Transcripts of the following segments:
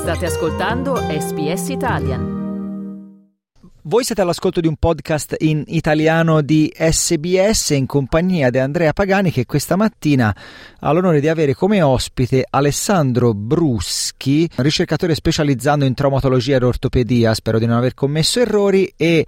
State ascoltando SBS Italian. Voi siete all'ascolto di un podcast in italiano di SBS in compagnia di Andrea Pagani, che questa mattina ha l'onore di avere come ospite Alessandro Bruschi, ricercatore specializzando in traumatologia ed ortopedia, spero di non aver commesso errori, e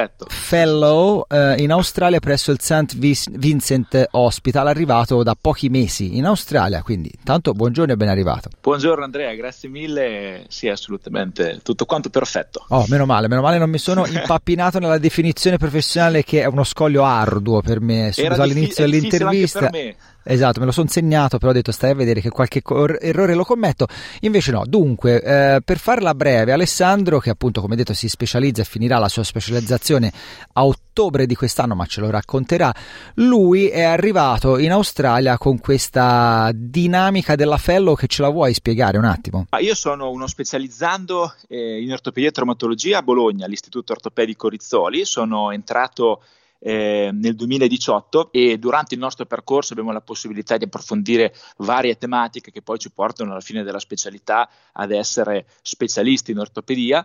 fellow in Australia presso il St. Vincent Hospital, arrivato da pochi mesi in Australia, quindi intanto buongiorno e ben arrivato. Buongiorno Andrea, grazie mille, sì, assolutamente, tutto quanto perfetto. Oh, meno male, non mi sono impappinato nella definizione professionale, che è uno scoglio arduo per me. Subito all'inizio dell'intervista, anche per me. Esatto, me lo sono segnato, però ho detto stai a vedere che qualche errore lo commetto. Invece no. Dunque, per farla breve, Alessandro, che appunto come detto si specializza e finirà la sua specializzazione a ottobre di quest'anno, ma ce lo racconterà, lui è arrivato in Australia con questa dinamica della fellow, che ce la vuoi spiegare un attimo? Io sono uno specializzando in ortopedia e traumatologia a Bologna, all'Istituto Ortopedico Rizzoli. Sono entrato nel 2018 e durante il nostro percorso abbiamo la possibilità di approfondire varie tematiche che poi ci portano alla fine della specialità ad essere specialisti in ortopedia,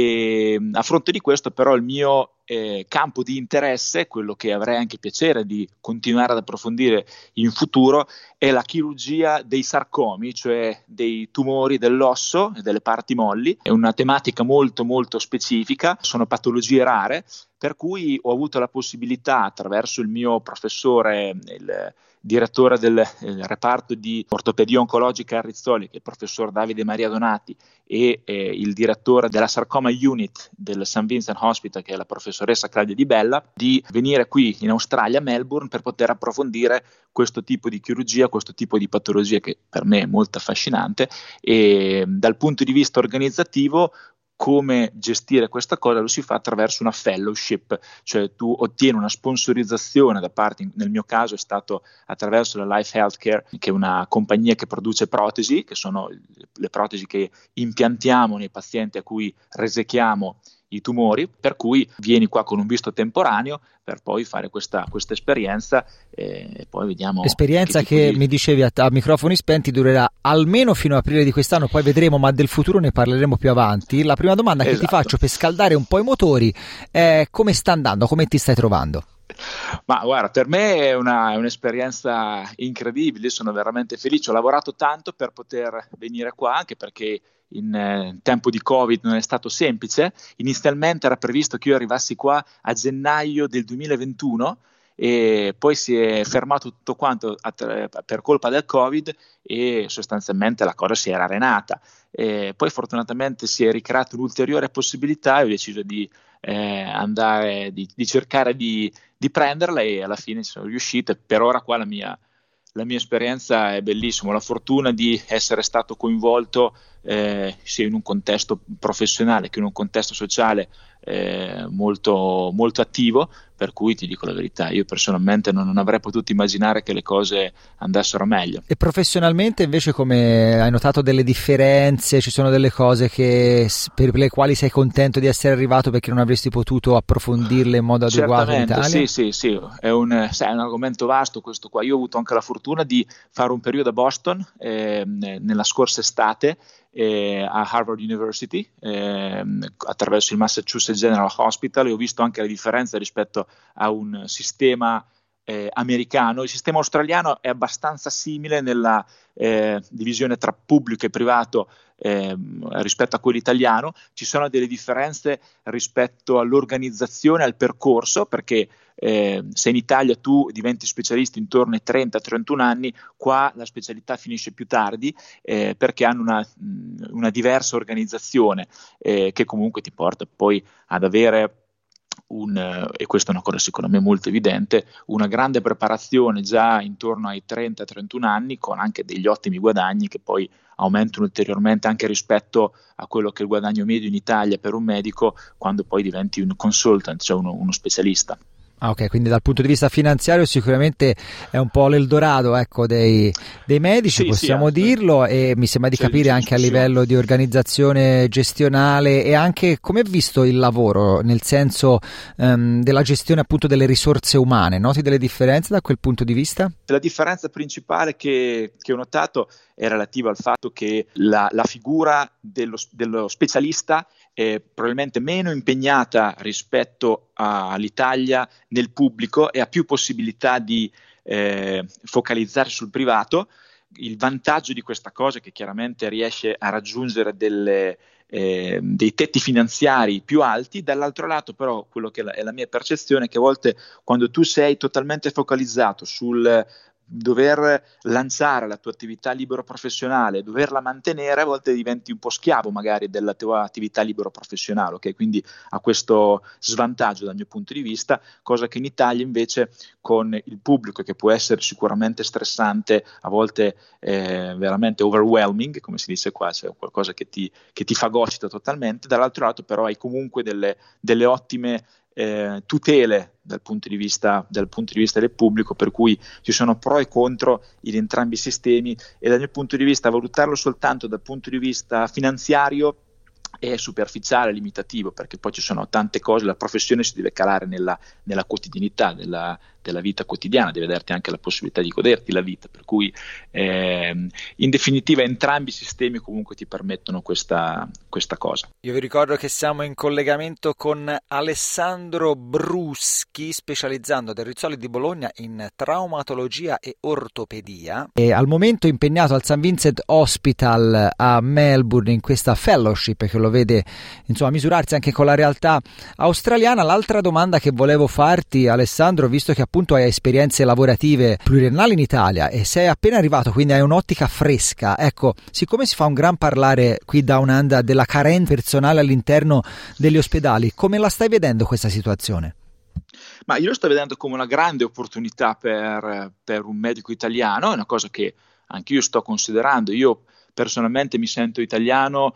e a fronte di questo però il mio campo di interesse, quello che avrei anche piacere di continuare ad approfondire in futuro, è la chirurgia dei sarcomi, cioè dei tumori dell'osso e delle parti molli. È una tematica molto molto specifica, sono patologie rare, per cui ho avuto la possibilità, attraverso il mio professore, il direttore del reparto di ortopedia oncologica a Rizzoli, che è il professor Davide Maria Donati, e il direttore della Sarcoma Unit del St. Vincent Hospital, che è la professoressa Claudia Di Bella, di venire qui in Australia, a Melbourne, per poter approfondire questo tipo di chirurgia, questo tipo di patologia che per me è molto affascinante. E dal punto di vista organizzativo, come gestire questa cosa lo si fa attraverso una fellowship, cioè tu ottieni una sponsorizzazione da parte, nel mio caso è stato attraverso la Life Healthcare, che è una compagnia che produce protesi, che sono le protesi che impiantiamo nei pazienti a cui resechiamo i tumori, per cui vieni qua con un visto temporaneo per poi fare questa esperienza, e poi vediamo. Esperienza che mi dicevi a microfoni spenti durerà almeno fino a aprile di quest'anno, poi vedremo, ma del futuro ne parleremo più avanti. La prima domanda che ti faccio per scaldare un po' i motori è: come sta andando, come ti stai trovando? Ma guarda, per me è un'esperienza incredibile, sono veramente felice, ho lavorato tanto per poter venire qua, anche perché in tempo di Covid non è stato semplice. Inizialmente era previsto che io arrivassi qua a gennaio del 2021 e poi si è fermato tutto quanto per colpa del Covid, e sostanzialmente la cosa si era arenata. Poi fortunatamente si è ricreata un'ulteriore possibilità e ho deciso di andare, di cercare di prenderla, e alla fine ci sono riuscito. Per ora qua la mia esperienza è bellissima, ho la fortuna di essere stato coinvolto sia in un contesto professionale che in un contesto sociale molto, molto attivo, per cui ti dico la verità, io personalmente non avrei potuto immaginare che le cose andassero meglio. E professionalmente invece, come hai notato delle differenze? Ci sono delle cose per le quali sei contento di essere arrivato perché non avresti potuto approfondirle in modo adeguato in Italia? Sì, è un argomento vasto questo qua. Io ho avuto anche la fortuna di fare un periodo a Boston nella scorsa estate, a Harvard University, attraverso il Massachusetts General Hospital, e ho visto anche la differenza rispetto a un sistema americano. Il sistema australiano è abbastanza simile nella divisione tra pubblico e privato rispetto a quello italiano. Ci sono delle differenze rispetto all'organizzazione, al percorso, perché se in Italia tu diventi specialista intorno ai 30-31 anni, qua la specialità finisce più tardi, perché hanno una diversa organizzazione che comunque ti porta poi ad avere e questa è una cosa secondo me molto evidente, una grande preparazione già intorno ai 30-31 anni, con anche degli ottimi guadagni che poi aumentano ulteriormente anche rispetto a quello che è il guadagno medio in Italia per un medico quando poi diventi un consultant, cioè uno specialista. Ah, ok, quindi dal punto di vista finanziario sicuramente è un po' l'Eldorado, ecco, dei medici, possiamo dirlo, e mi sembra di capire anche a livello di organizzazione gestionale e anche come è visto il lavoro, nel senso della gestione appunto delle risorse umane. Noti delle differenze da quel punto di vista? La differenza principale che ho notato è relativa al fatto che la figura dello specialista è probabilmente meno impegnata rispetto all'Italia nel pubblico e ha più possibilità di focalizzare sul privato. Il vantaggio di questa cosa è che chiaramente riesce a raggiungere dei tetti finanziari più alti. Dall'altro lato però quello che è la mia percezione è che a volte quando tu sei totalmente focalizzato sul dover lanciare la tua attività libero professionale, doverla mantenere, a volte diventi un po' schiavo magari della tua attività libero professionale, ok? Quindi ha questo svantaggio dal mio punto di vista, cosa che in Italia invece con il pubblico, che può essere sicuramente stressante, a volte veramente overwhelming, come si dice qua, cioè qualcosa che ti fagocita totalmente. Dall'altro lato però hai comunque delle ottime tutele dal punto di vista del pubblico, per cui ci sono pro e contro in entrambi i sistemi, e dal mio punto di vista valutarlo soltanto dal punto di vista finanziario è superficiale, limitativo, perché poi ci sono tante cose, la professione si deve calare nella quotidianità della vita quotidiana, deve darti anche la possibilità di goderti la vita, per cui in definitiva entrambi i sistemi comunque ti permettono questa cosa. Io vi ricordo che siamo in collegamento con Alessandro Bruschi, specializzando del Rizzoli di Bologna in traumatologia e ortopedia, e al momento impegnato al St. Vincent Hospital a Melbourne in questa fellowship che lo vede insomma misurarsi anche con la realtà australiana. L'altra domanda che volevo farti, Alessandro, visto che appunto hai esperienze lavorative pluriennali in Italia e sei appena arrivato, quindi hai un'ottica fresca, ecco, siccome si fa un gran parlare qui da un'anda della carenza personale all'interno degli ospedali, come la stai vedendo questa situazione? Ma io lo sto vedendo come una grande opportunità per un medico italiano, è una cosa che anche io sto considerando. Io personalmente mi sento italiano,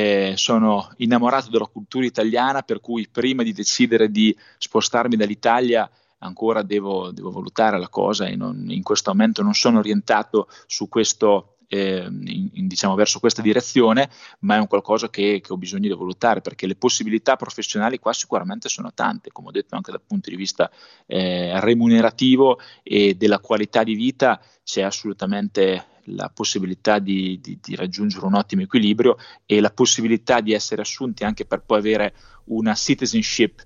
sono innamorato della cultura italiana, per cui prima di decidere di spostarmi dall'Italia ancora devo valutare la cosa, e in questo momento non sono orientato su questo, diciamo verso questa direzione, ma è un qualcosa che ho bisogno di valutare, perché le possibilità professionali qua sicuramente sono tante, come ho detto, anche dal punto di vista remunerativo e della qualità di vita c'è assolutamente la possibilità di raggiungere un ottimo equilibrio, e la possibilità di essere assunti anche per poi avere una citizenship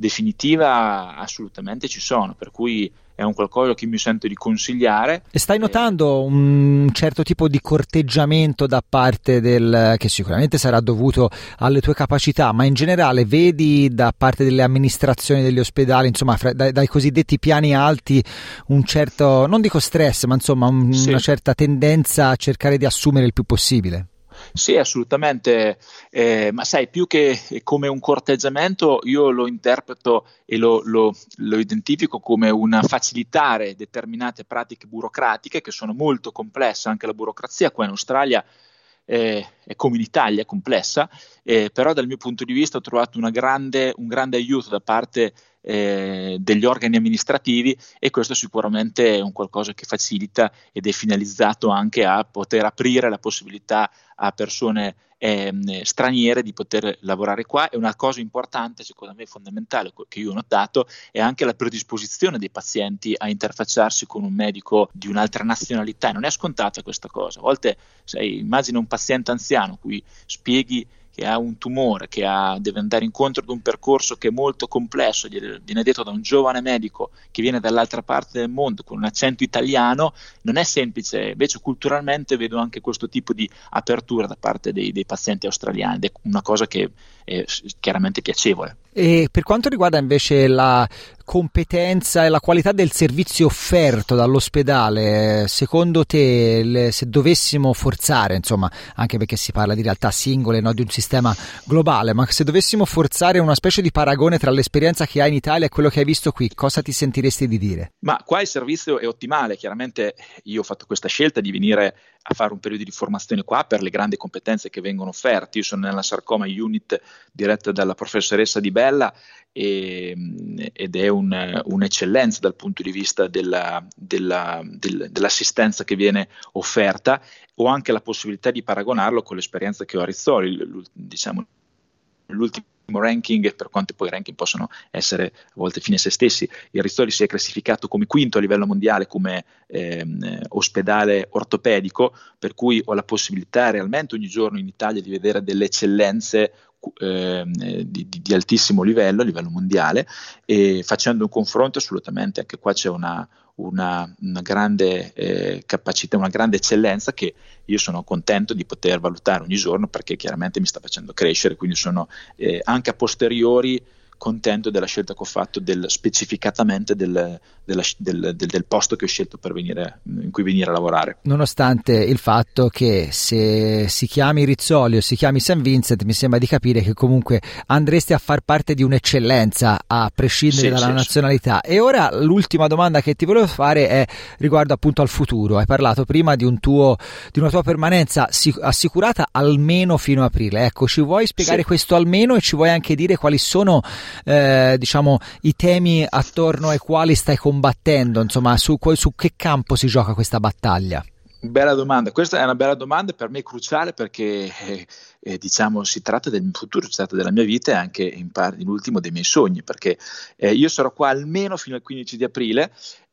definitiva assolutamente ci sono, per cui è un qualcosa che mi sento di consigliare. E stai notando un certo tipo di corteggiamento da parte che sicuramente sarà dovuto alle tue capacità, ma in generale vedi da parte delle amministrazioni degli ospedali, insomma dai cosiddetti piani alti, un certo, non dico stress, ma insomma una certa tendenza a cercare di assumere il più possibile? Sì, assolutamente, ma sai, più che come un corteggiamento io lo interpreto e lo identifico come un facilitare determinate pratiche burocratiche che sono molto complesse. Anche la burocrazia qua in Australia è come in Italia, è complessa, però dal mio punto di vista ho trovato un grande aiuto da parte degli organi amministrativi, e questo sicuramente è un qualcosa che facilita ed è finalizzato anche a poter aprire la possibilità a persone straniere di poter lavorare qua. È una cosa importante, secondo me fondamentale, che io ho notato, è anche la predisposizione dei pazienti a interfacciarsi con un medico di un'altra nazionalità. Non è scontata questa cosa. A volte, immagina un paziente anziano cui spieghi che ha un tumore, che deve andare incontro ad un percorso che è molto complesso, viene detto da un giovane medico che viene dall'altra parte del mondo con un accento italiano, non è semplice. Invece culturalmente vedo anche questo tipo di apertura da parte dei pazienti australiani, ed è una cosa che è chiaramente piacevole. E per quanto riguarda invece la competenza e la qualità del servizio offerto dall'ospedale, secondo te, se dovessimo forzare, insomma, anche perché si parla di realtà singole, no, di un sistema globale, ma se dovessimo forzare una specie di paragone tra l'esperienza che hai in Italia e quello che hai visto qui, cosa ti sentiresti di dire? Ma qua il servizio è ottimale. Chiaramente io ho fatto questa scelta di venire a fare un periodo di formazione qua per le grandi competenze che vengono offerte. Io sono nella Sarcoma Unit diretta dalla professoressa Di Berto, bella ed è un'eccellenza dal punto di vista dell'assistenza che viene offerta. Ho anche la possibilità di paragonarlo con l'esperienza che ho a Rizzoli, diciamo l'ultimo ranking, per quanto poi i ranking possono essere a volte fine a se stessi. Il Rizzoli si è classificato come quinto a livello mondiale come ospedale ortopedico, per cui ho la possibilità realmente ogni giorno in Italia di vedere delle eccellenze di altissimo livello, a livello mondiale, e facendo un confronto assolutamente anche qua c'è una grande capacità, una grande eccellenza che io sono contento di poter valutare ogni giorno, perché chiaramente mi sta facendo crescere, quindi sono anche a posteriori contento della scelta che ho fatto specificatamente del posto che ho scelto in cui venire a lavorare. Nonostante il fatto che se si chiami Rizzoli o si chiami St. Vincent, mi sembra di capire che comunque andresti a far parte di un'eccellenza a prescindere dalla nazionalità. E ora l'ultima domanda che ti volevo fare è riguardo appunto al futuro. Hai parlato prima di una tua permanenza assicurata almeno fino a aprile. Ecco, ci vuoi spiegare questo almeno e ci vuoi anche dire quali sono diciamo i temi attorno ai quali stai combattendo, insomma su che campo si gioca questa battaglia? Bella domanda, questa è una bella domanda, per me cruciale, perché diciamo si tratta del mio futuro, si tratta della mia vita e anche in ultimo dei miei sogni, perché io sarò qua almeno fino al 15 di aprile.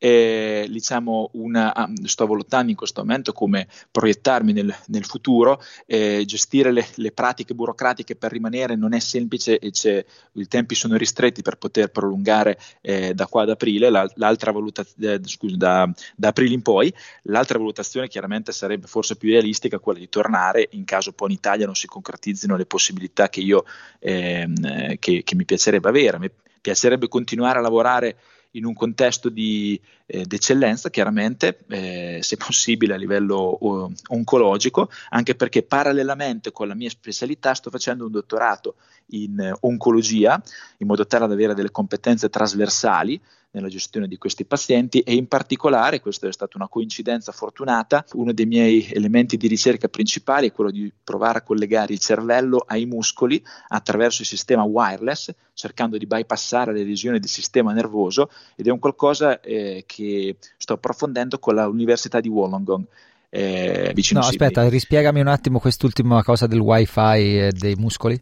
Diciamo sto valutando in questo momento come proiettarmi nel futuro. Gestire le pratiche burocratiche per rimanere non è semplice e i tempi sono ristretti per poter prolungare da qua ad aprile. L'altra valutazione, da aprile in poi, l'altra valutazione chiaramente sarebbe forse più realistica, quella di tornare in caso poi in Italia non si concretizzino le possibilità che io che mi piacerebbe avere. Mi piacerebbe continuare a lavorare in un contesto di eccellenza, chiaramente, se possibile a livello oncologico, anche perché parallelamente con la mia specialità sto facendo un dottorato in oncologia, in modo tale da avere delle competenze trasversali nella gestione di questi pazienti, e in particolare, questa è stata una coincidenza fortunata, uno dei miei elementi di ricerca principali è quello di provare a collegare il cervello ai muscoli attraverso il sistema wireless, cercando di bypassare le lesioni del sistema nervoso, ed è un qualcosa che sto approfondendo con l'Università di Wollongong. Vicino No, Sydney. aspetta, rispiegami un attimo quest'ultima cosa del wifi e dei muscoli.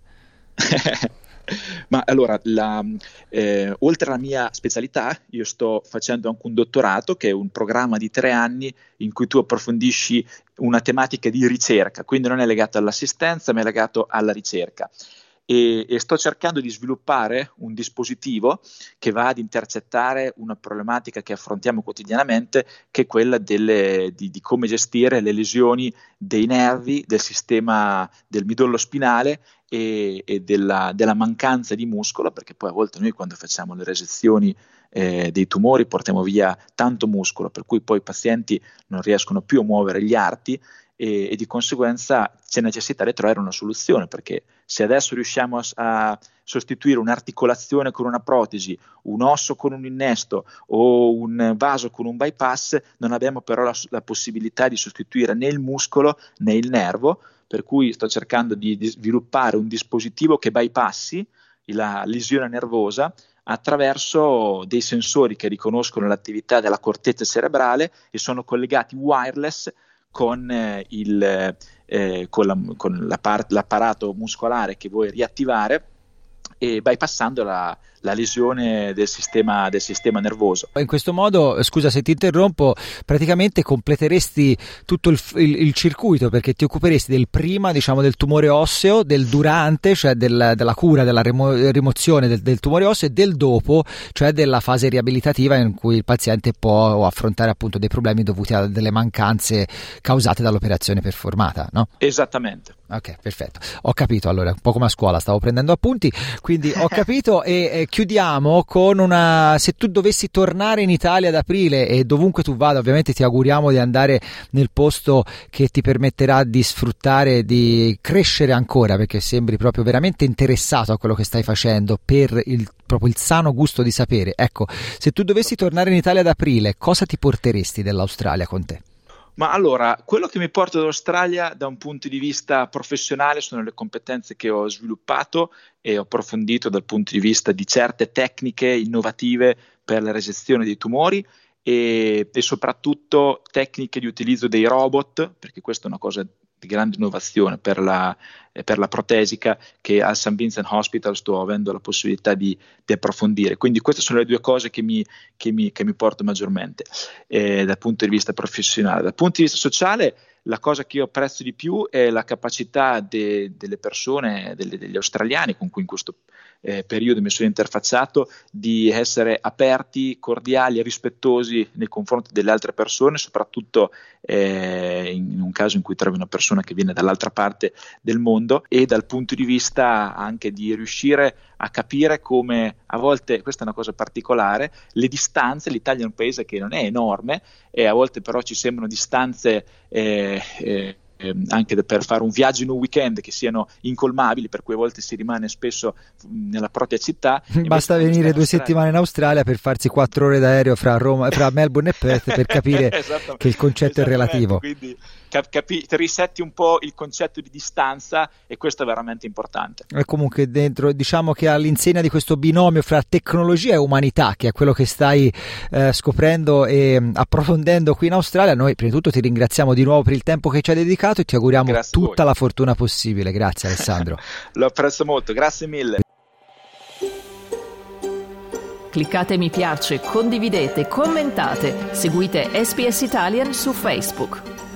Ma allora, oltre alla mia specialità, io sto facendo anche un dottorato, che è un programma di 3 anni in cui tu approfondisci una tematica di ricerca, quindi non è legato all'assistenza, ma è legato alla ricerca. E sto cercando di sviluppare un dispositivo che va ad intercettare una problematica che affrontiamo quotidianamente, che è quella di come gestire le lesioni dei nervi, del sistema del midollo spinale e della mancanza di muscolo, perché poi a volte noi quando facciamo le resezioni dei tumori portiamo via tanto muscolo, per cui poi i pazienti non riescono più a muovere gli arti, e di conseguenza c'è necessità di trovare una soluzione, perché se adesso riusciamo a sostituire un'articolazione con una protesi, un osso con un innesto o un vaso con un bypass, non abbiamo però la possibilità di sostituire né il muscolo né il nervo, per cui sto cercando di sviluppare un dispositivo che bypassi la lesione nervosa attraverso dei sensori che riconoscono l'attività della corteccia cerebrale e sono collegati wireless con l'apparato muscolare che vuoi riattivare, e bypassando la lesione del sistema nervoso. In questo modo, scusa se ti interrompo, praticamente completeresti tutto il circuito, perché ti occuperesti del prima, diciamo, del tumore osseo, del durante, cioè della cura, della rimozione del tumore osseo, e del dopo, cioè della fase riabilitativa in cui il paziente può affrontare appunto dei problemi dovuti a delle mancanze causate dall'operazione performata, no? Esattamente. Ok, perfetto, ho capito. Allora, un po' come a scuola, stavo prendendo appunti, quindi ho capito. E chiudiamo con se tu dovessi tornare in Italia ad aprile, e dovunque tu vada ovviamente ti auguriamo di andare nel posto che ti permetterà di sfruttare, di crescere ancora, perché sembri proprio veramente interessato a quello che stai facendo, per proprio il sano gusto di sapere. Ecco, se tu dovessi tornare in Italia ad aprile, cosa ti porteresti dell'Australia con te? Ma allora, quello che mi porta dall'Australia da un punto di vista professionale sono le competenze che ho sviluppato e ho approfondito dal punto di vista di certe tecniche innovative per la resezione dei tumori e soprattutto tecniche di utilizzo dei robot, perché questa è una cosa di grande innovazione per la protesica che al St. Vincent Hospital sto avendo la possibilità di approfondire. Quindi queste sono le due cose che mi porto maggiormente dal punto di vista professionale. Dal punto di vista sociale, la cosa che io apprezzo di più è la capacità delle persone, degli australiani con cui in questo periodo mi sono interfacciato, di essere aperti, cordiali e rispettosi nei confronti delle altre persone, soprattutto in un caso in cui trovi una persona che viene dall'altra parte del mondo, e dal punto di vista anche di riuscire a capire come a volte, questa è una cosa particolare, le distanze, l'Italia è un paese che non è enorme e a volte però ci sembrano distanze anche per fare un viaggio in un weekend che siano incolmabili, per cui a volte si rimane spesso nella propria città. Basta venire 2 settimane in Australia per farsi 4 ore d'aereo fra Melbourne e Perth per capire che il concetto è relativo. Quindi risetti un po' il concetto di distanza e questo è veramente importante. E comunque dentro, diciamo che all'insegna di questo binomio fra tecnologia e umanità, che è quello che stai scoprendo e approfondendo qui in Australia, noi prima di tutto ti ringraziamo di nuovo per il tempo che ci hai dedicato e ti auguriamo tutta la fortuna possibile. Grazie Alessandro. Lo apprezzo molto, grazie mille. Cliccate mi piace, condividete, commentate, seguite SBS Italian su Facebook.